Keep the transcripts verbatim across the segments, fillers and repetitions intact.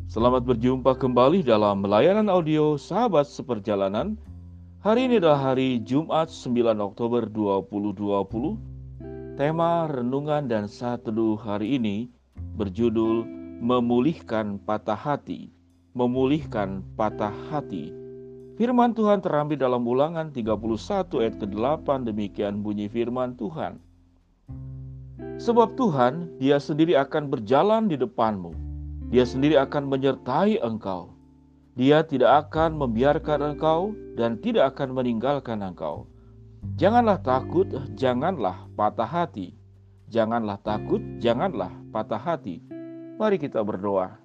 Selamat berjumpa kembali dalam layanan audio Sahabat Seperjalanan. Hari ini adalah hari Jumat sembilan Oktober dua ribu dua puluh. Tema renungan dan saat teduh hari ini berjudul Memulihkan Patah Hati. Memulihkan Patah Hati. Firman Tuhan terambil dalam Ulangan tiga puluh satu ayat kedelapan. Demikian bunyi firman Tuhan. Sebab Tuhan, Dia sendiri akan berjalan di depanmu. Dia sendiri akan menyertai engkau. Dia tidak akan membiarkan engkau dan tidak akan meninggalkan engkau. Janganlah takut, janganlah patah hati. Janganlah takut, janganlah patah hati. Mari kita berdoa.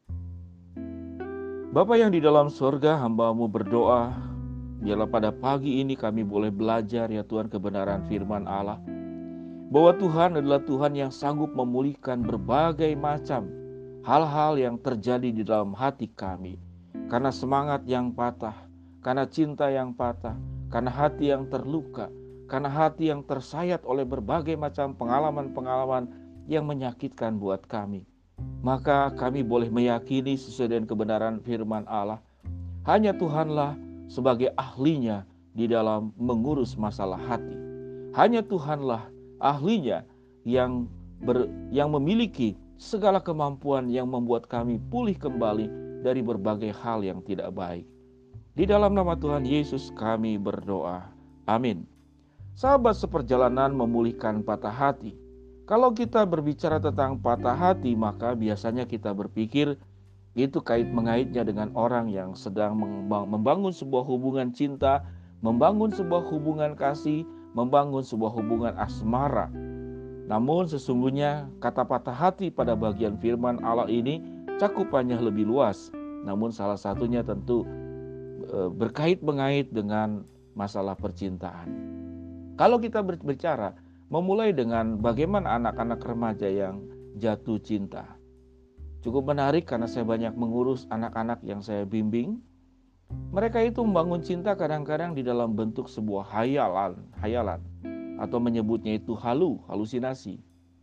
Bapa yang di dalam surga, hamba-Mu berdoa, biarlah pada pagi ini kami boleh belajar ya Tuhan kebenaran firman Allah. Bahwa Tuhan adalah Tuhan yang sanggup memulihkan berbagai macam hal-hal yang terjadi di dalam hati kami. Karena semangat yang patah, karena cinta yang patah, karena hati yang terluka, karena hati yang tersayat oleh berbagai macam pengalaman-pengalaman yang menyakitkan buat kami. Maka kami boleh meyakini sesuai dengan kebenaran firman Allah. Hanya Tuhanlah sebagai ahlinya di dalam mengurus masalah hati. Hanya Tuhanlah ahlinya yang ber, yang memiliki segala kemampuan yang membuat kami pulih kembali dari berbagai hal yang tidak baik. Di dalam nama Tuhan Yesus kami berdoa. Amin. Sahabat seperjalanan memulihkan patah hati. Kalau kita berbicara tentang patah hati, maka biasanya kita berpikir itu kait mengaitnya dengan orang yang sedang membangun sebuah hubungan cinta, membangun sebuah hubungan kasih, membangun sebuah hubungan asmara. Namun sesungguhnya kata patah hati pada bagian firman Allah ini cakupannya lebih luas. Namun salah satunya tentu e, berkait mengait dengan masalah percintaan. Kalau kita berbicara memulai dengan bagaimana anak-anak remaja yang jatuh cinta. Cukup menarik karena saya banyak mengurus anak-anak yang saya bimbing. Mereka itu membangun cinta kadang-kadang di dalam bentuk sebuah hayalan, hayalan. Atau menyebutnya itu halu, halusinasi.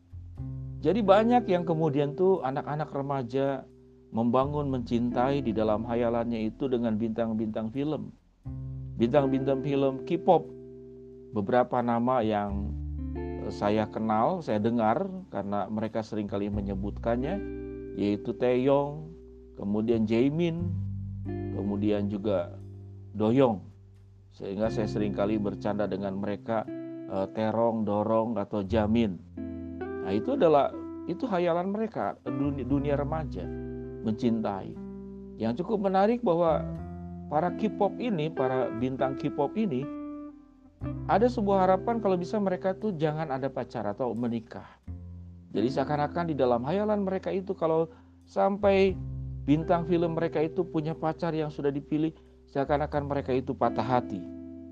Jadi banyak yang kemudian tuh anak-anak remaja membangun mencintai di dalam hayalannya itu dengan bintang-bintang film. Bintang-bintang film K-pop. Beberapa nama yang saya kenal, saya dengar karena mereka seringkali menyebutkannya, yaitu Taeyong, kemudian Jaemin, kemudian juga Doyoung. Sehingga saya seringkali bercanda dengan mereka, terong, dorong, atau jamin. Nah itu adalah itu hayalan mereka dunia, dunia remaja mencintai. Yang cukup menarik bahwa para K-pop ini, para bintang K-pop ini, ada sebuah harapan kalau bisa mereka tuh jangan ada pacar atau menikah. Jadi seakan-akan di dalam hayalan mereka itu kalau sampai bintang film mereka itu punya pacar yang sudah dipilih, seakan-akan mereka itu patah hati.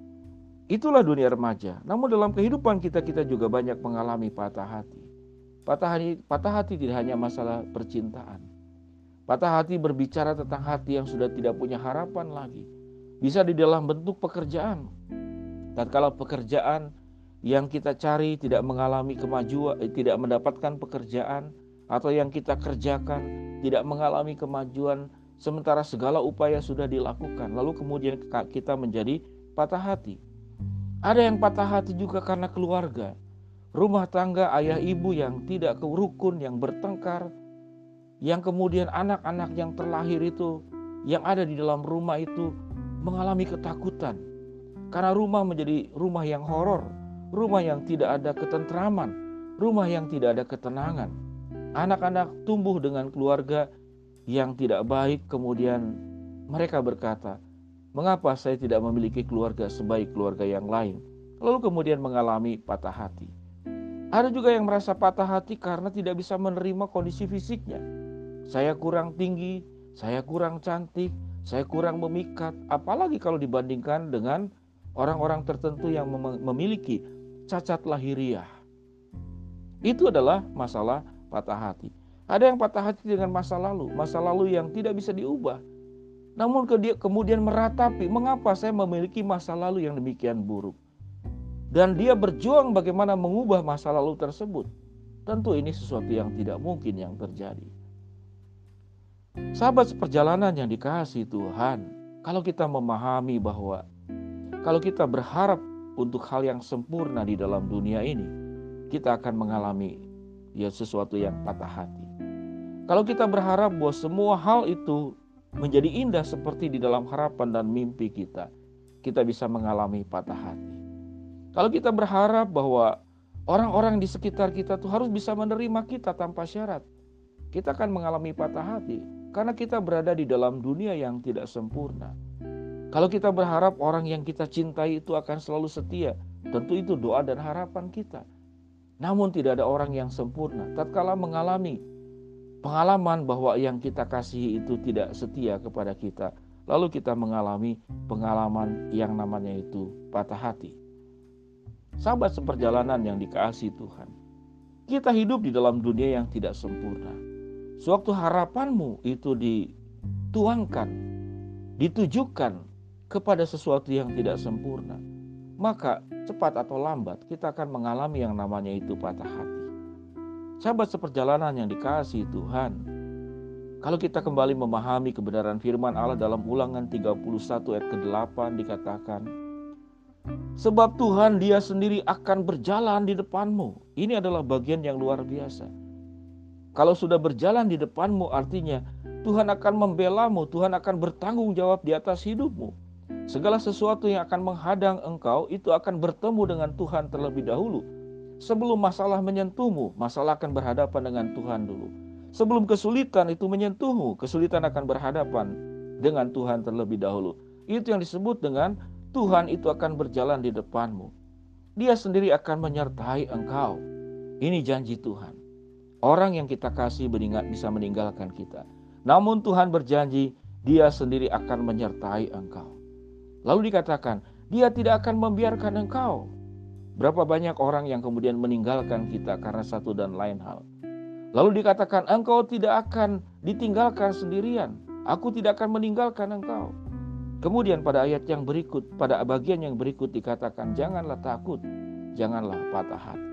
Itulah dunia remaja. Namun dalam kehidupan kita, kita juga banyak mengalami patah hati. Patah hati, patah hati tidak hanya masalah percintaan. Patah hati berbicara tentang hati yang sudah tidak punya harapan lagi. Bisa di dalam bentuk pekerjaan. Tatkala pekerjaan yang kita cari tidak mengalami kemajuan, eh, tidak mendapatkan pekerjaan, atau yang kita kerjakan tidak mengalami kemajuan, sementara segala upaya sudah dilakukan. Lalu kemudian kita menjadi patah hati. Ada yang patah hati juga karena keluarga. Rumah tangga ayah ibu yang tidak rukun, yang bertengkar. Yang kemudian anak-anak yang terlahir itu, yang ada di dalam rumah itu mengalami ketakutan. Karena rumah menjadi rumah yang horor, rumah yang tidak ada ketentraman, rumah yang tidak ada ketenangan. Anak-anak tumbuh dengan keluarga yang tidak baik, kemudian mereka berkata, mengapa saya tidak memiliki keluarga sebaik keluarga yang lain? Lalu kemudian mengalami patah hati. Ada juga yang merasa patah hati karena tidak bisa menerima kondisi fisiknya. Saya kurang tinggi, saya kurang cantik, saya kurang memikat. Apalagi kalau dibandingkan dengan orang-orang tertentu yang memiliki cacat lahiriah. Itu adalah masalah patah hati. Ada yang patah hati dengan masa lalu, masa lalu yang tidak bisa diubah. Namun kemudian meratapi, mengapa saya memiliki masa lalu yang demikian buruk. Dan dia berjuang bagaimana mengubah masa lalu tersebut. Tentu ini sesuatu yang tidak mungkin yang terjadi. Sahabat seperjalanan yang dikasihi Tuhan, kalau kita memahami bahwa kalau kita berharap untuk hal yang sempurna di dalam dunia ini, kita akan mengalami ya sesuatu yang patah hati. Kalau kita berharap bahwa semua hal itu menjadi indah seperti di dalam harapan dan mimpi kita, kita bisa mengalami patah hati. Kalau kita berharap bahwa orang-orang di sekitar kita tuh harus bisa menerima kita tanpa syarat, kita akan mengalami patah hati karena kita berada di dalam dunia yang tidak sempurna. Kalau kita berharap orang yang kita cintai itu akan selalu setia, tentu itu doa dan harapan kita. Namun tidak ada orang yang sempurna. Tatkala mengalami pengalaman bahwa yang kita kasihi itu tidak setia kepada kita, lalu kita mengalami pengalaman yang namanya itu patah hati. Sahabat seperjalanan yang dikasihi Tuhan, kita hidup di dalam dunia yang tidak sempurna. Sewaktu harapanmu itu dituangkan, ditujukan kepada sesuatu yang tidak sempurna, maka cepat atau lambat kita akan mengalami yang namanya itu patah hati. Sahabat seperjalanan yang dikasihi Tuhan, kalau kita kembali memahami kebenaran firman Allah dalam Ulangan tiga puluh satu ayat kedelapan dikatakan, sebab Tuhan Dia sendiri akan berjalan di depanmu. Ini adalah bagian yang luar biasa. Kalau sudah berjalan di depanmu, artinya Tuhan akan membelamu, Tuhan akan bertanggung jawab di atas hidupmu. Segala sesuatu yang akan menghadang engkau itu akan bertemu dengan Tuhan terlebih dahulu. Sebelum masalah menyentuhmu, masalah akan berhadapan dengan Tuhan dulu. Sebelum kesulitan itu menyentuhmu, kesulitan akan berhadapan dengan Tuhan terlebih dahulu. Itu yang disebut dengan Tuhan itu akan berjalan di depanmu. Dia sendiri akan menyertai engkau. Ini janji Tuhan. Orang yang kita kasih bisa meninggalkan kita. Namun Tuhan berjanji, Dia sendiri akan menyertai engkau. Lalu dikatakan, Dia tidak akan membiarkan engkau. Berapa banyak orang yang kemudian meninggalkan kita karena satu dan lain hal. Lalu dikatakan, engkau tidak akan ditinggalkan sendirian. Aku tidak akan meninggalkan engkau. Kemudian pada ayat yang berikut, pada bagian yang berikut dikatakan, janganlah takut, janganlah patah hati.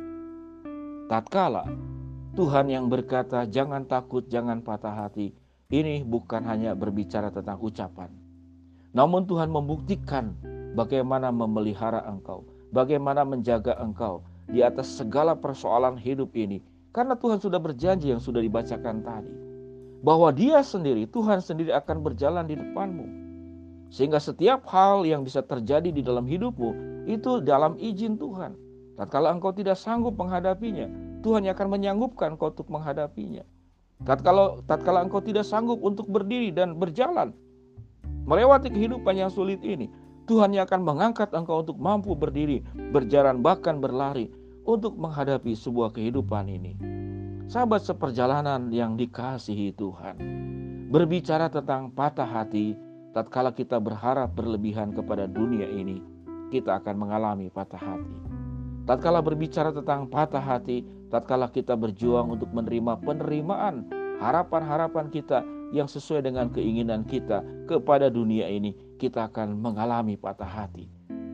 Tatkala Tuhan yang berkata, jangan takut, jangan patah hati, ini bukan hanya berbicara tentang ucapan. Namun Tuhan membuktikan bagaimana memelihara engkau, bagaimana menjaga engkau di atas segala persoalan hidup ini. Karena Tuhan sudah berjanji yang sudah dibacakan tadi, bahwa Dia sendiri, Tuhan sendiri akan berjalan di depanmu. Sehingga setiap hal yang bisa terjadi di dalam hidupmu, itu dalam izin Tuhan. Tatkala engkau tidak sanggup menghadapinya, Tuhan yang akan menyanggupkan engkau untuk menghadapinya. Tatkala, tatkala engkau tidak sanggup untuk berdiri dan berjalan, melewati kehidupan yang sulit ini, Tuhan yang akan mengangkat engkau untuk mampu berdiri, berjalan, bahkan berlari untuk menghadapi sebuah kehidupan ini. Sahabat seperjalanan yang dikasihi Tuhan, berbicara tentang patah hati, tatkala kita berharap berlebihan kepada dunia ini, kita akan mengalami patah hati. Tatkala berbicara tentang patah hati, tatkala kita berjuang untuk menerima penerimaan harapan-harapan kita yang sesuai dengan keinginan kita kepada dunia ini, kita akan mengalami patah hati.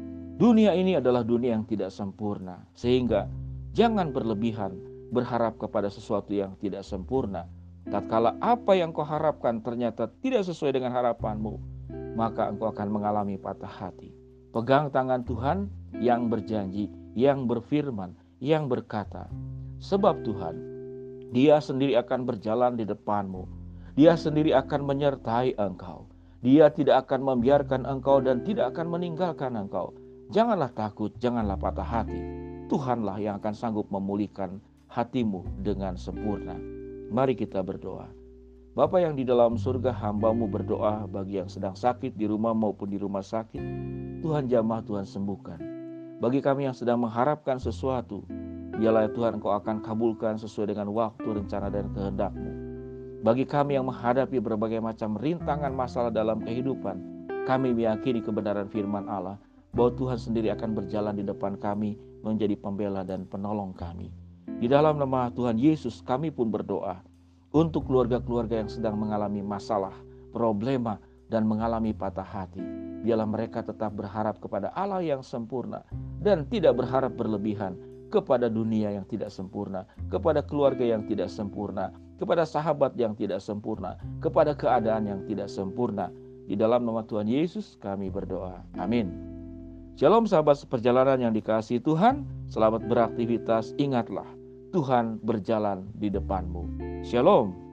Dunia ini adalah dunia yang tidak sempurna, sehingga jangan berlebihan berharap kepada sesuatu yang tidak sempurna. Tatkala apa yang kau harapkan ternyata tidak sesuai dengan harapanmu, maka engkau akan mengalami patah hati. Pegang tangan Tuhan yang berjanji, yang berfirman, yang berkata, sebab Tuhan, Dia sendiri akan berjalan di depanmu. Dia sendiri akan menyertai engkau. Dia tidak akan membiarkan engkau dan tidak akan meninggalkan engkau. Janganlah takut, janganlah patah hati. Tuhanlah yang akan sanggup memulihkan hatimu dengan sempurna. Mari kita berdoa. Bapa yang di dalam surga, hamba-Mu berdoa bagi yang sedang sakit di rumah maupun di rumah sakit. Tuhan jamah, Tuhan sembuhkan. Bagi kami yang sedang mengharapkan sesuatu, biarlah Tuhan Engkau akan kabulkan sesuai dengan waktu, rencana dan kehendak-Mu. Bagi kami yang menghadapi berbagai macam rintangan masalah dalam kehidupan, kami meyakini kebenaran firman Allah, bahwa Tuhan sendiri akan berjalan di depan kami, menjadi pembela dan penolong kami. Di dalam nama Tuhan Yesus, kami pun berdoa untuk keluarga-keluarga yang sedang mengalami masalah, problema, dan mengalami patah hati. Biarlah mereka tetap berharap kepada Allah yang sempurna dan tidak berharap berlebihan kepada dunia yang tidak sempurna, kepada keluarga yang tidak sempurna, kepada sahabat yang tidak sempurna, kepada keadaan yang tidak sempurna. Di dalam nama Tuhan Yesus kami berdoa. Amin. Shalom sahabat seperjalanan yang dikasihi Tuhan, selamat beraktivitas. Ingatlah, Tuhan berjalan di depanmu. Shalom.